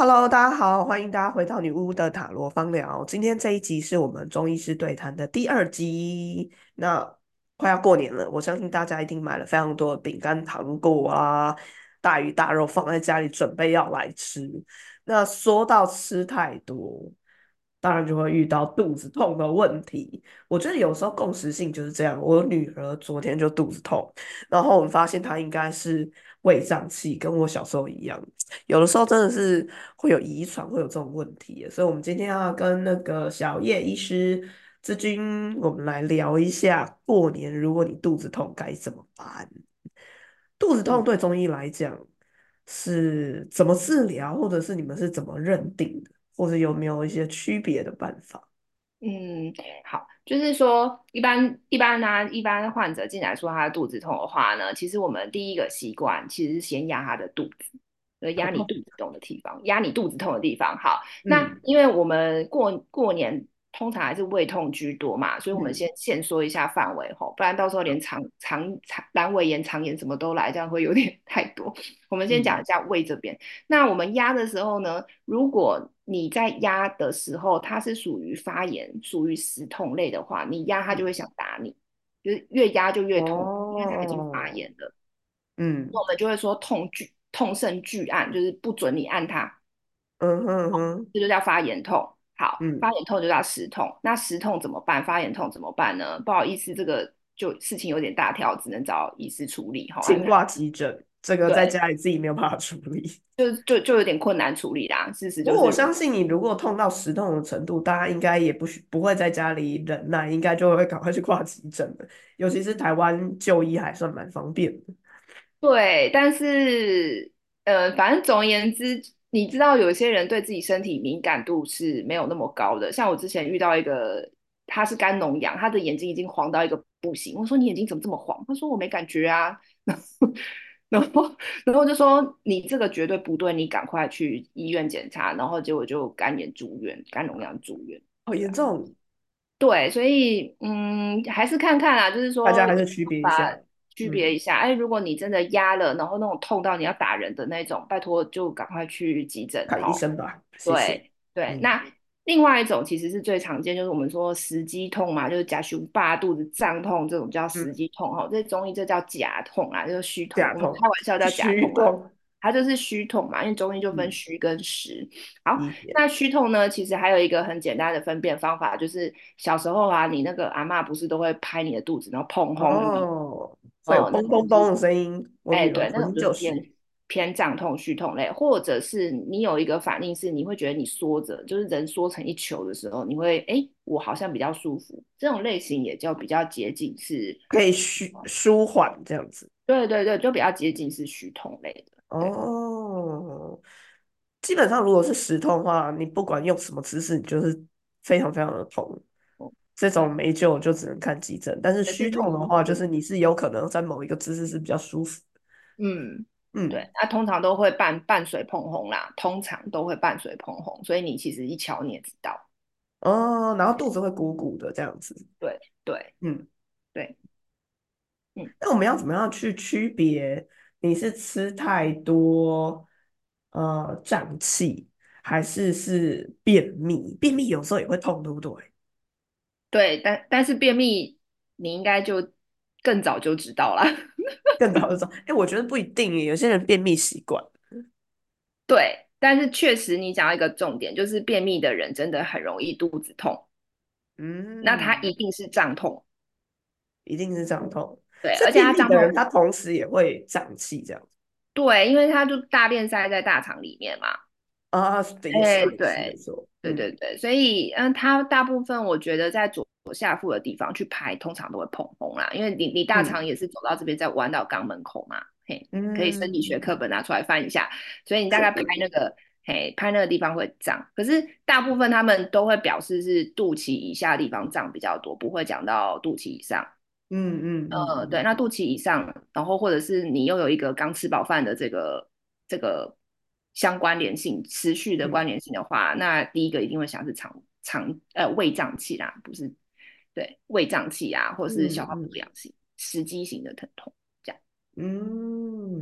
Hello，大家好，欢迎大家回到女巫的塔罗芳疗。今天这一集是我们中医师对谈的第二集。那快要过年了，我相信大家一定买了非常多的饼干、糖果啊，大鱼大肉放在家里，准备要来吃。那说到吃太多，当然就会遇到肚子痛的问题。我觉得有时候共识性就是这样。我女儿昨天就肚子痛，然后我们发现她应该是胃胀气，跟我小时候一样。有的时候真的是会有遗传，会有这种问题耶，所以我们今天要跟那个小叶医师志军，我们来聊一下过年如果你肚子痛该怎么办。肚子痛嗯对中医来讲是怎么治疗，或者是你们是怎么认定的，或者有没有一些区别的办法？ 嗯，好，就是说，一般呢，一般患者进来说他肚子痛的话呢，其实我们第一个习惯其实是先压他的肚子，压你肚子痛的地方，压你肚子痛的地方。好，那嗯因为我们过年通常还是胃痛居多嘛，所以我们嗯， 先说一下范围吼，不然到时候连阑尾炎、肠炎什么都来，这样会有点太多。我们先讲嗯， 一下胃这边。那我们压的时候呢，如果你在压的时候，它是属于发炎、属于食痛类的话，你压它就会想打你，就是越压就越痛，因为它已经发哦， 炎了。那嗯我们就会说痛胜拒按，就是不准你按它， 嗯哼哼， 这就叫发炎痛。好，发嗯， 炎痛就叫食痛。那食痛怎么办？发炎痛怎么办呢？不好意思，这个就事情有点大条，只能找医师处理哈。 请挂急诊，这个在对， 家里自己没有办法处理。 就有点困难处理啦。事实不过我就是相信你，如果痛到食痛的程度，大家应该也不会在家里忍耐，应该就会赶快去挂急诊的。尤其是台湾就医还算蛮方便的。 对，但是反正总而言之，你知道有些人对自己身体敏感度是没有那么高的。像我之前遇到一个，他是肝脓疡，他的眼睛已经黄到一个不行。我说你眼睛怎么这么黄？他说我没感觉啊。然后然后就说你这个绝对不对，你赶快去医院检查。然后结果就肝炎住院，肝脓疡住院。 好对啊。 严重， 对，所以还是看看啦，就是大说有家还是区别一把下。 区别嗯， 一下。哎，如果你真的压了，然后那种痛到你要打人的那种，拜托就赶快去急诊看医哈。 生吧，谢谢。 对对， 嗯那另外一种其实是最常见，就是我们说食积痛嘛，就是假胸霸肚子胀痛这种叫食嗯， 积痛哈。这中医这叫假痛啊，就是虚痛，我们开甲痛、 玩笑叫假痛啊。 虚痛， 它就是虚痛嘛，因为中医就分嗯， 虚跟实。好， 理解。 那虚痛呢，其实还有一个很简单的分辨方法，就是小时候啊，你那个阿嬷不是都会拍你的肚子，然后砰轰你， 哦，会有那嘣嘣嘣种就是， 的声音。我哎， 女儿对，那昨天种就是就是偏胀痛、虚痛类，或者是你有一个反应是，你会觉得你缩着，就是人缩成一球的时候，你会，哎，我好像比较舒服，这种类型也就比较接近是， 可以舒缓这样子。 对对对，就比较接近是虚痛类的，对。 哦，基本上如果是食痛的话，你不管用什么姿势，你就是非常非常的痛。 哦这对， 种没救就只能看急诊。但是虚可是如痛的话，就是你是有可能在某一个姿势是比较舒服的。 嗯，对， 嗯， 那通常都会伴随碰红啦，通常都会伴随碰红，所以你其实一瞧你也知道， 哦，然后肚子会鼓鼓的这样子。 对对嗯， 对，嗯， 那我们要怎么样去区别你是吃太多胀气，还是便秘？便秘有时候也会痛，对不对？ 对，但是便秘你应该就更早就知道啦。 更早的时候，哎，我觉得不一定耶，有些人便秘习惯。 对，但是确实你讲到一个重点，就是便秘的人真的很容易肚子痛，那他嗯， 一定是胀痛， 一定是胀痛。 对，而且所以便他胀痛， 秘的人，他同时也会胀气这样子对，因为他就大便塞在大肠里面嘛。 啊，对，也是哎， 也是没对， 错。嗯对对对，所以它大部分我觉得在左下腹的地方去排，通常都会膨风啦，因为你大肠嗯也是走到这边再弯到肛门口嘛，嘿，可以生理学嗯， 课本拿出来翻一下，所以你大概拍那个，嘿，拍那个地方会胀，可是大部分他们都会表示是肚脐以下的地方胀比较多，不会讲到肚脐以上。 嗯嗯嗯对， 嗯那肚脐以上，然后或者是你又有一个刚吃饱饭的这个相关联性，持续的关嗯联性的话，那第一个一定会想是胃胀气啦，不是对胃胀气啊，或者是消化不嗯嗯良型、食积型的疼痛这样。 嗯。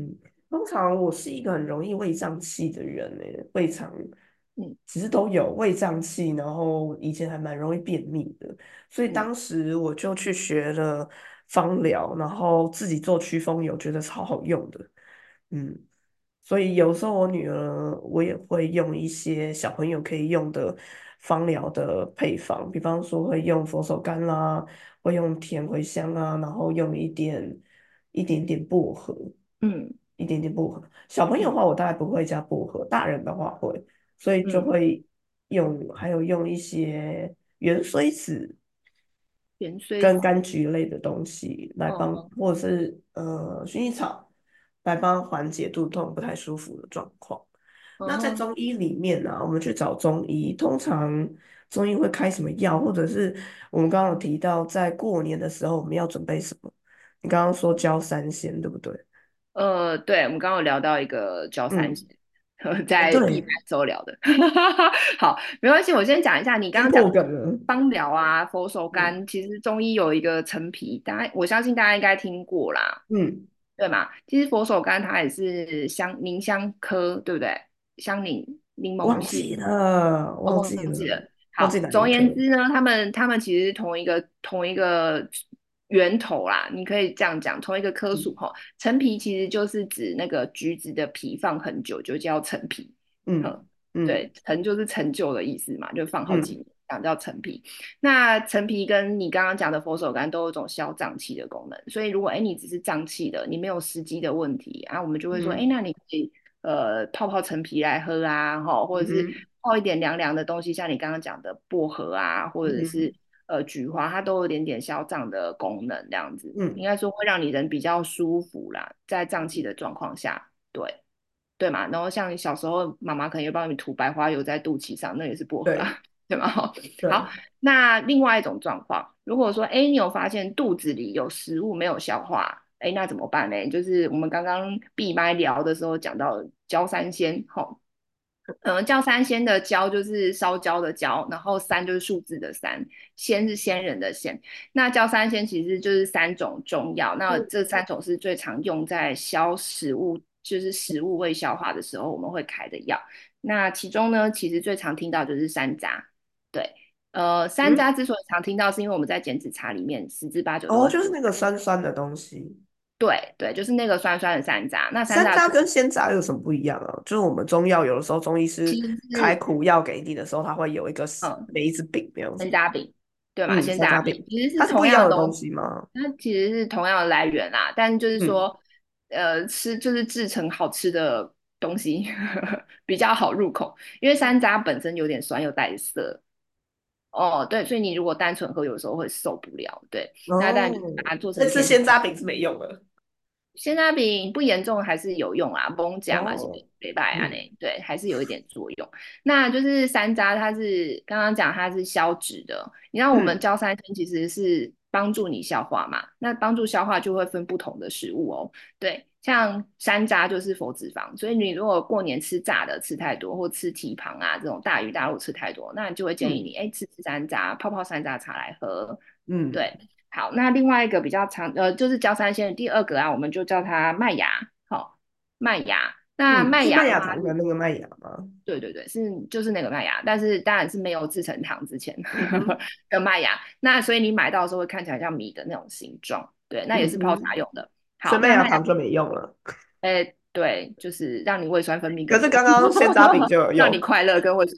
通常我是一个很容易胃胀气的人诶，胃肠嗯其实都有胃胀气，然后以前还蛮容易便秘的，所以嗯当时我就去学了芳疗，然后自己做驱风油，觉得超好用的。嗯，所以有时候我女儿我也会用一些小朋友可以用的芳疗的配方，比方说会用佛手柑啦，会用甜茴香啊，然后用一点点薄荷， 嗯一点点薄荷。小朋友的嗯话，我大概不会加薄荷，大人的话会，所以就嗯， 会还有用一些芫荽子芫荽跟子， 柑橘类的东西来帮， 哦或者是薰衣草来帮缓解肚痛不太舒服的状况。那在哦， 中医里面呢、我们去找中医，通常中医会开什么药，或者是我们刚刚有提到，在过年的时候我们要准备什么？你刚刚说焦三仙，对不对？ 对，我们刚刚有聊到一个焦三嗯， 仙，在一般对， 时候聊的。好，没关系，我先讲一下你刚已经刚讲的破梗了。 芳疗啊，佛手嗯柑，其实中医有一个陈皮，我相信大家应该听过啦， 嗯， 对吗？其实佛手柑它也是柠香科，对不对？香柠檬系。 忘记了， 我忘忘记了， 记了。好， 忘记哪总而一颗？ 言之呢，他们其实是同一个源头啦，你可以这样讲，同一个科属嗯哈。陈皮其实就是指那个橘子的皮放很久就叫陈皮， 嗯呵， 嗯对，陈就是陈旧的意思嘛，就放好几嗯年，这样叫陈皮。那陈皮跟你刚刚讲的佛手柑都有一种消胀气的功能，所以如果你只是胀气的，你没有食积的问题啊，我们就会说， 嗯那你可以泡泡陈皮来喝啊，哈，或者是嗯泡一点凉凉的东西，像你刚刚讲的薄荷啊，或者是嗯菊花，它都有点点消胀的功能，这样子应嗯， 该说会让你人比较舒服啦，在胀气的状况下，对。对嘛？然后像小时候妈妈可能也帮你涂白花油在肚脐上，那也是薄荷对啊，对吗？好， 对， 那另外一种状况，如果说你有发现肚子里有食物没有消化，那怎么办呢？就是我们刚刚闭麦聊的时候讲到焦三仙，吼，焦三仙的焦就是烧焦的焦，然后三就是数字的三，仙是仙人的仙。那焦三仙其实就是三种中药，那嗯这三种是最常用在消食物，就是食物未消化的时候我们会开的药。那其中呢，其实最常听到就是山楂，对。山嗯， 楂之所以常听到，是因为我们在减脂茶里面十之八九都哦， 会出。 就是那个酸酸的东西。 对对，就是那个酸酸的山楂。那山楂的成山楂跟鲜楂有什么不一样啊？就是我们中药有的时候中医师其实开是苦药给你的时候，他会有一个嗯梅子饼那样子。 山楂饼，对嘛？ 嗯， 鲜榨饼山楂饼， 其实是它是不一样的东同样的东西， 西吗？ 它其实是同样的来源啦，但就是嗯， 说，就是制成好吃的东西比较好入口，因为山楂本身有点酸又带涩。哦，对，所以你如果单纯喝，有时候会受不了。对，那但就是把哦， 它做所以吃成甜点。 鲜楂饼是没用的。 鲜虾饼不严重还是有用啊，崩甲嘛是哦， 北拜啊嗯呢，对，还是有一点作用。那就是山楂，它是刚刚讲它是消脂的，你让我们嗯焦三仙其实是帮助你消化嘛，那帮助消化就会分不同的食物哦，对，像山楂就是否脂肪，所以你如果过年吃炸的吃太多，或吃蹄膀啊这种大鱼大肉吃太多，那就会建议嗯你吃山楂，泡泡山楂茶来喝， 嗯对。好，那另外一个比较长，就是焦三仙的第二个啊，我们就叫它麦芽。好，麦芽。那嗯，是麦麦芽的话， 芽糖的那个麦芽吗？ 对对对，就是那个麦芽，但是当然是没有制成糖之前嗯哼的麦芽。那所以你买到的时候会看起来像米的那种形状，对，那也是泡茶嗯哼， 用的。 所以好，那麦芽， 麦芽糖就没用了。 对，就是让你胃酸分泌可是更多， 刚刚鲜榨饼就有让你用。 快乐跟胃酸。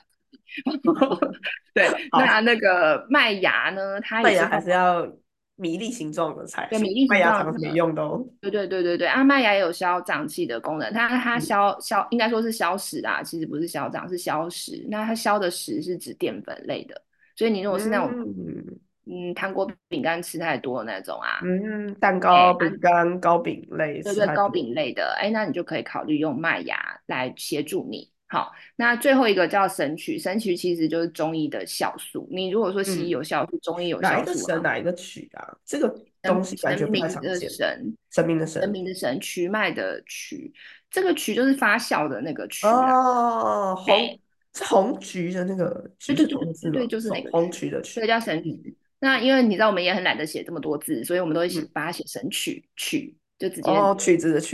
对，那好， 那个麦芽呢，它麦芽还也是泡。 是要米粒形状的才对， 行， 米粒麦芽形状的， 糖是没用的哦。 对，啊，麦芽也有消胀气的功能，它嗯应该说是消食啦，其实不是消胀，是消食。那它消的食是指淀粉类的，所以你如果是那种嗯糖果饼干吃太多的那种啊， 嗯，蛋糕、 哎， 饼干、糕饼类对对，糕吃太多。 饼类的，那你就可以考虑用麦芽来协助你。好，那最后一个叫神曲，神曲其实就是中医的酵素。你如果说西医嗯， 有酵素，中医有哪一个酵素啊， 神哪一个曲啊？这个东西感神觉不太明的常见。 神， 神明的神。 神明的神，瞿麦的瞿，这个瞿就是发酵的那个瞿啦。 哦， 哎， 是红橘的那个橘是对对对同字吗？ 对对，就是那个红瞿， 橘的橘。 这个叫神嗯曲。那因为你知道我们也很懒得写这么多字，所以我们都会嗯， 把它写成曲，就直接哦，曲子的曲。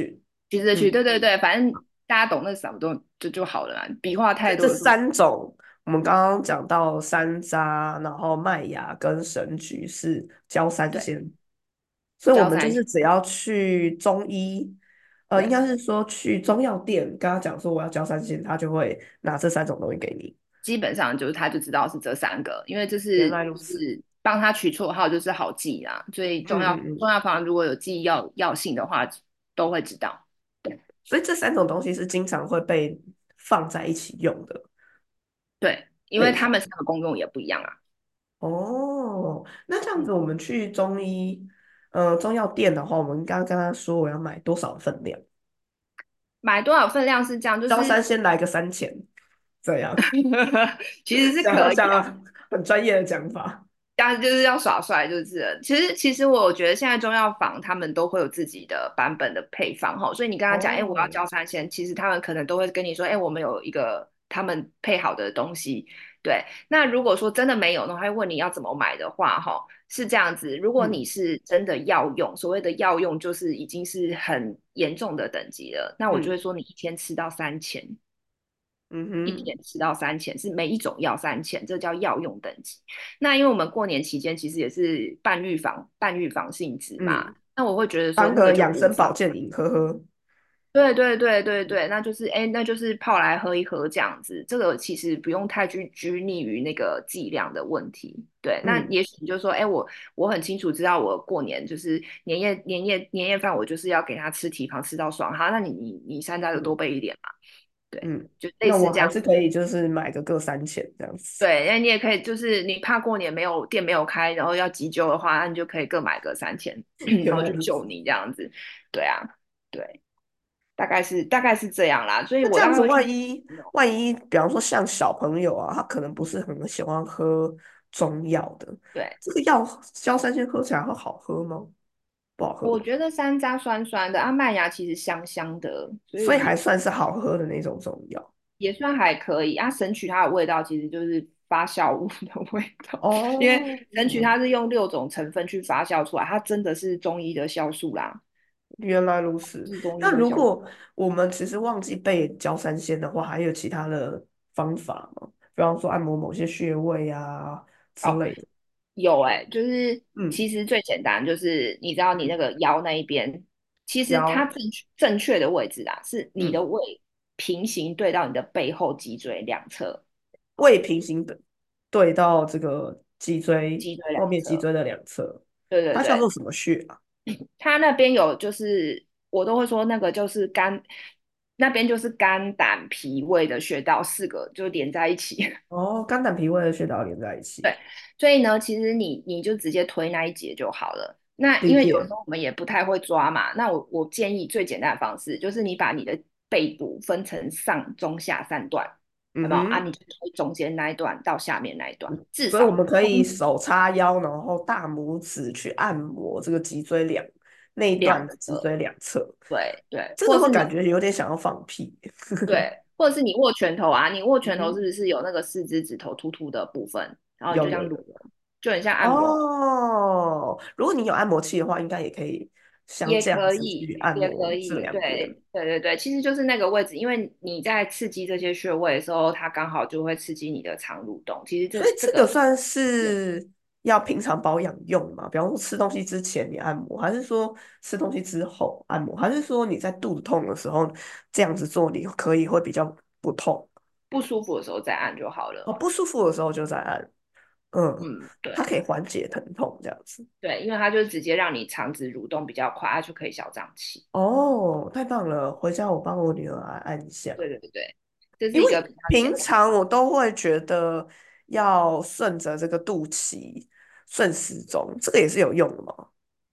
橘子的橘， 嗯， 对对对，反正大家懂那什么都就好了啦，笔画所以这太多的说三种，我们刚刚讲到山楂，然后麦芽跟神菊是焦三对， 仙，所以我们就焦三仙， 是只要去中医，应对， 该是说去中药店，跟他讲说我要焦三仙，他就会拿这三种东西给你。 基本上就是他就知道是这三个，因为这原是来如此， 就是帮他取绰号就是好记啦，所以嗯嗯嗯， 中药房如果有记药性的话，都会知道。对所以这三种东西是经常会被放在一起用的对，因为配方。 他们三个功用也不一样啊。 哦，那这样嗯， 子，我们去中医，中药店的话，我们刚刚跟他说我要买多少分量， 买多少分量是这样，就高三是先来个3000，这样， 其实是这样好可以啊。 像很专业的讲法。 当然就是要耍帅，就是了其实我觉得现在中药房他们都会有自己的版本的配方哈，所以你跟他讲，哎，我要哦， 焦三仙，其实他们可能都会跟你说，哎，我们有一个他们配好的东西。对，那如果说真的没有呢，他会问你要怎么买的话，哈，是这样子，如果你嗯是真的要用，所谓的要用就是已经是很严重的等级了，那我就会嗯说你一天吃到3000。 嗯一哼， 天吃到3000，是每一种药3000，这叫药用等级。那因为我们过年期间其实也是半预防性质嘛， 嗯， 那我会觉得说当那个个养生就无妨。 保健饮，呵呵。 对对对对对，那就是哎，那就是泡来喝一喝这样子。这个其实不用太去拘泥于那个剂量的问题。对，那嗯也许你就说，哎，我很清楚知道我过年就是年夜饭，我就是要给他吃蹄膀吃到爽哈。那你山楂就多嗯备一点嘛。对， 嗯， 就类那我似这样。 还是可以，就是买个各3000这样子。 对，那你也可以，就是你怕过年店没有开，然后要急救的话，那你就可以各买个3000，然原后来如此。 就救你这样子。对啊，对，大概是这样啦。所以那这样子， 我大概会去， 万一，比方说像小朋友啊，他可能不是很喜欢喝中药的， 对， 这个药焦三仙喝起来会好喝吗？不好喝， 我觉得山楂酸酸的，啊，麦芽其实香香的，所所以还以算是好喝的那种中药。 也算还可以啊。神曲它的味道其实就是发酵物的味道，因为哦， 神曲它是用6种成分去发酵出来，它真的是中医的酵素啦， 原来如此。 是中医那的酵素。 如果我们其实忘记备焦三仙的话，还有其他的方法吗？比方说按摩某些穴位啊之哦， 类的。 有就是其嗯实最简单就是你知道你那嗯， 个腰那一边，其实它腰， 正确的位置啊，是你的嗯， 胃平行对到你的背后脊椎两侧， 胃平行的对到这个脊椎脊椎后两侧， 面脊椎的两侧， 对对对， 它叫做什么穴啊？ 它那边有就是我都会说那个就是那边就是肝胆脾胃的穴道4个就连在一起。 哦，肝胆脾胃的穴道连在一起， 对，所以呢，其实你就直接推那一节就好了。那因为有时理解。 候我们也不太会抓嘛，那我建议最简单的方式就是你把你的背部分成上中下3段，有没有啊？ 嗯哼， 你就推中间那一段到下面那一段，至所以我少们可以中手叉腰，然后大拇指去按摩这个脊椎那一段两的脊椎侧， 两侧， 对对， 真的会或是你感觉有点想要放屁。 对，或者是你握拳头啊，你握拳头是嗯哼， 不是有那个4只指头突突的部分，然后你就有这样撸， 有有。 就很像按摩。 哦，如果你有按摩器的话，应该也可以像也这样可以， 子去按也摩这可以， 两边。 对，对对对，其实就是那个位置，因为你在刺激这些穴位的时候，它刚好就会刺激你的肠蠕动。其实这所以这个这个算有是要平常保养用嘛？比方说吃东西之前你按摩，还是说吃东西之后按摩，还是说你在肚子痛的时候这样子做，你可以会比较不痛？ 不舒服的时候再按就好哦， 了。 不舒服的时候就在按，嗯， 嗯， 它可对以缓解疼痛这样子。 对，因为它就直接让你肠子蠕动比较快，它就可以小胀气。 哦，太棒了！回家我帮我女儿来按一下。 对对对，这是因为一个比较简平单的方法。 常我都会觉得要顺着这个肚脐顺时钟，这个也是有用的吗？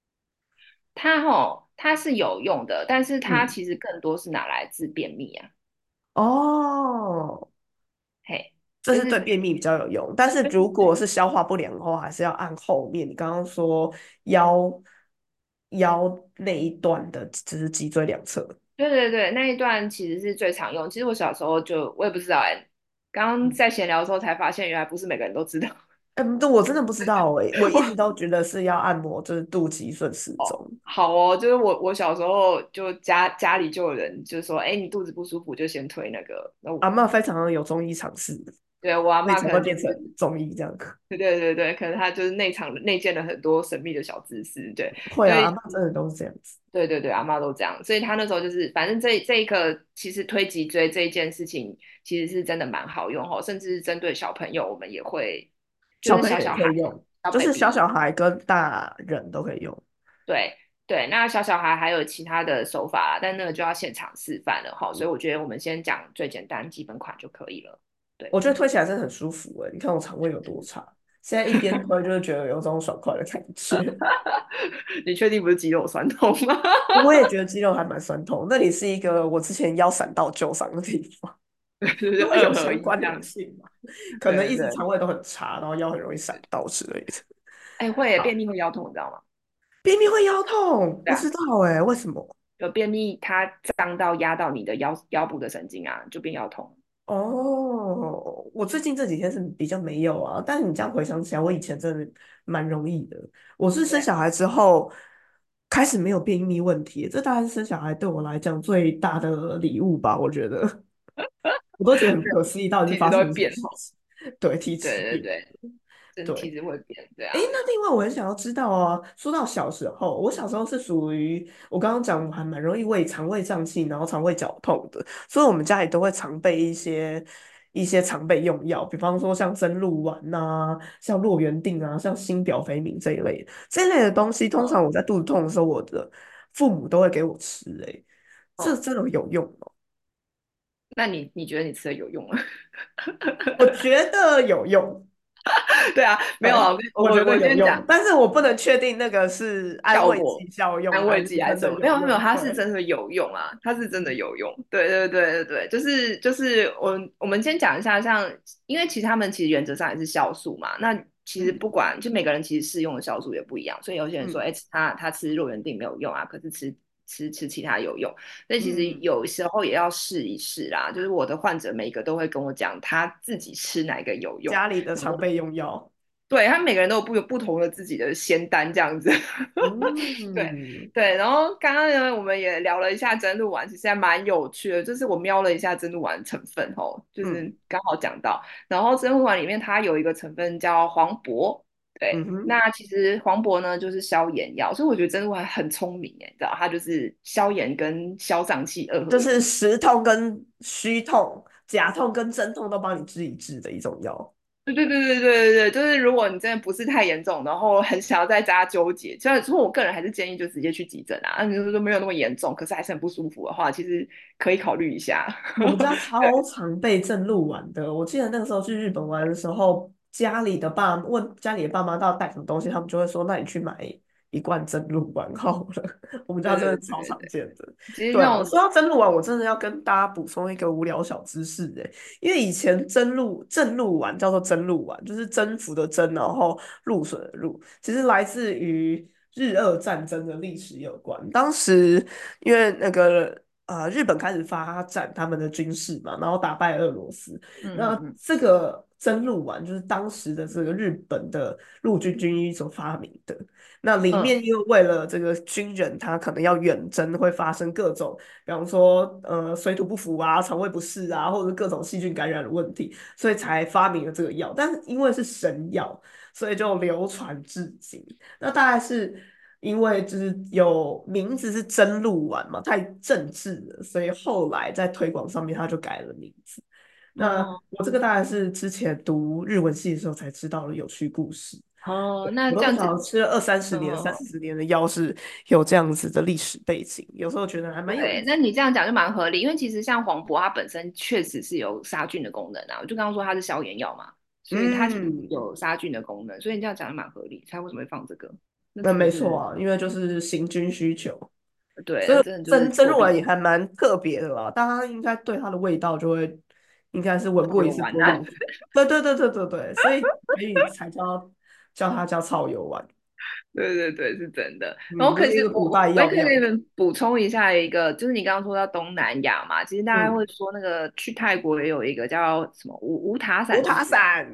它是有用的，但是它嗯， 其实更多是拿来治便秘啊。 哦， 嘿， 这是对就是便秘比较有用，但是就是如果是消化不良的话，还是要按后面。你刚刚说腰腰那一段的，只是脊椎两侧。 对对对，那一段其实是最常用。其实我小时候我也不知道哎，刚刚嗯， 在闲聊的时候才发现，原来不是每个人都知道。 嗯，这我真的不知道诶，我一直我都觉得是要按摩就是肚脐顺时钟。 好哦，就是我小时候就家里就有人就说，哎，你肚子不舒服就先推那个。那我阿嬷非常的有中医常识， 对我阿所以嬷可能就是才会变成中医这样。 对对对对，可能他就是内建了很多神秘的小知识，对， 会啊，阿所以嬷真的都是这样子。 对对对，阿嬷都这样，所以他那时候就是，反正这一个其实推脊椎这一件事情，其实是真的蛮好用哦，甚至是针对小朋友，我们也会，就是小朋友也小小孩、 可以用， 小就是小 baby， 小孩跟大人都可以用。 对对，那小孩还有其他的手法啦，但那个就要现场示范了哈，所以我觉得我们先讲最简单基本款就可以了。对， 我觉得推起来真的很舒服诶，你看我肠胃有多差，现在一边推就是觉得有种爽快的感觉。 你确定不是肌肉酸痛吗？ 我也觉得肌肉还蛮酸痛，那里是一个我之前腰闪到旧伤的地方， 就是因为有二合相关一这样子。 联性嘛，可能一直对对， 肠胃都很差，然后腰很容易闪到之类的。 哎，会耶便好， 秘会腰痛，你知道吗？ 便秘会腰痛， 对啊， 不知道诶，为什么？ 有便秘，它胀到压到你的腰部的神经啊，就变腰痛。 哦，我最近这几天是比较没有啊，但是你这样回想起来，我以前真的蛮容易的。我是对啊， 生小孩之后开始没有便秘问题，这大概是生小孩对我来讲最大的礼物吧，我觉得。我都觉得很不可思议，到底是体质都会发生了什么变哈。 事情？对，体质变。 对对对，真体对， 质会变，对诶， 啊。 那另外我很想要知道啊，说到小时候，我小时候是属于我刚刚讲，我还蛮容易肠胃胀气，然后肠胃绞痛的，所以我们家里都会常备一些常备用药，比方说像真露丸呐、像洛元定啊、像新表肥民这一类的东西，通常嗯， 我在肚子痛的时候，我的父母都会给我吃、诶，这嗯， 真的有用哦？ 那你觉得你吃的有用吗？ 我觉得有用。 对啊，没有对， 啊， 我觉得我先讲有用，但是我不能确定那个是安慰剂效果， 效用安慰还是真剂还是什么？没有没有， 的有用。 它是对， 真的有用啊，它是真的嗯有用。对对对对对，就是我们先讲一下，像因为其实他们其实原则上也是酵素嘛，那其实嗯不管就每个人其实适用的酵素也不一样，所以有些人说， 嗯哎，他吃肉圆定没有用啊，可是吃其他有用。所以其实嗯， 有时候也要试一试啦。就是我的患者每个都会跟我讲他自己吃哪个有用， 家里的常备用药。 对，他们每个人都有不同的自己的仙丹这样子。对嗯对，然后刚刚呢，我们也聊了一下真露丸，其实还蛮有趣的。就是我瞄了一下真露丸的成分哦，就是嗯刚好讲到，然后真露丸里面它有一个成分叫黄柏，对， 嗯哼， 那其实黄柏呢就是消炎药，所以我觉得真露丸很聪明诶，你知道，它就是消炎跟消胀气二合就是一。 食痛跟虚痛、甲痛跟针痛都帮你治一治的一种药。 对对对对对对对，就是如果你真的不是太严重，然后很想要在家纠结，虽然说我个人还是建议就直接去急诊啊。那你说没有那么严重，可是还是很不舒服的话，其实可以考虑一下。 我们家超常备正露丸的。我记得那个时候去日本玩的时候，问家里的爸妈要带什么东西，他们就会说：“那你去买一罐正露丸好了。”我们家对对真的超常对对， 见的。 其实对啊， 那种说到真露丸，我真的要跟大家补充一个无聊小知识因为以前正露丸叫做真露丸，就是征服的征，然后露水的露，其实来自于日俄战争的历史有关。当时因为那个日本开始发展他们的军事嘛，然后打败俄罗斯。那嗯嗯嗯这个真露丸就是当时的这个日本的陆军军医所发明的。那里嗯面又为了这个军人他可能要远征，会发生各种，比方说水土不服啊、肠胃不适啊，或者各种细菌感染的问题，所以才发明了这个药。但是因为是神药，所以就流传至今。那大概是因为就是有名字是真鹿丸嘛，太正式了，所以后来在推广上面他就改了名字。那哦我这个大概是之前读日文系的时候才知道的有趣故事。 哦，那我都不晓这样子， 得吃了二三十年、三嗯， 四十年的药是有这样子的历史背景，有时候觉得还蛮有意对， 思。 那你这样讲就蛮合理，因为其实像黄柏它本身确实是有杀菌的功能啊，我就刚刚说它是消炎药嘛，所以它其实嗯， 有杀菌的功能，所以你这样讲就蛮合理，它为什么会放这个？那那真的是， 没错啊，因为就是行军需求，所对， 以真的就是蒸破壁鹿丸也还蛮特别的啦。大家应该对它的味道就会应该是闻草过一次不油丸啊。 会忘记。对对对对对对，所以才叫它叫草油丸。 对对对，是真的。然后嗯，就可是是一个古代我也可以给你药药。 们补充一下一个，就是你刚刚说到东南亚嘛，其实大家会嗯， 说那个去泰国也有一个叫什么无塔无塔伞，是不是？ 伞。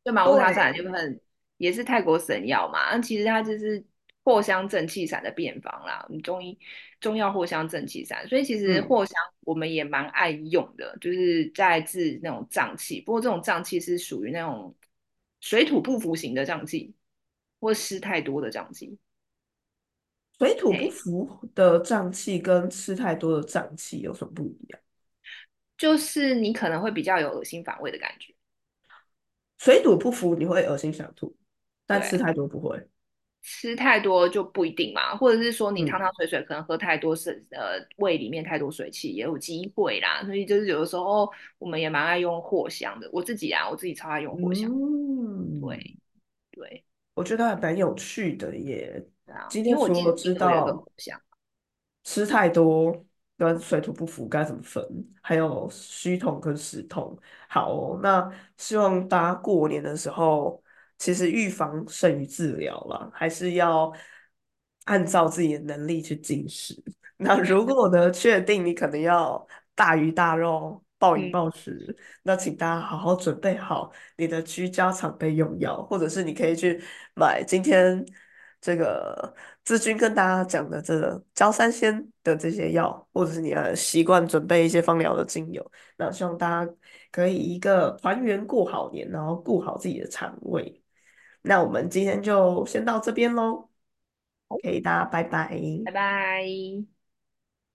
就马乌他散就对， 也是泰国神药嘛，那其实它就是藿香正气散的变方啦，我们中药藿香正气散，所以其实嗯， 藿香我们也蛮爱用的，就是在治那种胀气，不过这种胀气是属于那种水土不服型的胀气，或湿太多的胀气， 水土不嘿， 服的胀气跟吃太多的胀气有什么不一样？ 就是你可能会比较有恶心反胃的感觉， 水土不服你会恶心想吐，但吃对。 太多不会。 吃太多就不一定嘛，或者是说你汤嗯汤水水可能喝太多是胃里面太多水汽也有机会啦，所以就是有的时候我们也蛮爱用藿香的，我自己超爱用藿香， 嗯， 对对我觉得还蛮有趣的耶。 对啊， 今天因为我记得除了知我有一个道藿香， 吃太多跟水土不服该怎么分，还有虚痛跟实痛。好哦，那希望大家过年的时候，其实预防胜于治疗啦，还是要按照自己的能力去进食。那如果呢，确定你可能要大鱼大肉、暴饮嗯， 暴食，那请大家好好准备好你的居家常备用药，或者是你可以去买今天这个志军跟大家讲的这个焦三仙的这些药，或者是你要习惯准备一些芳疗的精油。那希望大家可以一个团圆过好年，然后顾好自己的肠胃。那我们今天就先到这边喽，可以大家拜拜。 拜拜。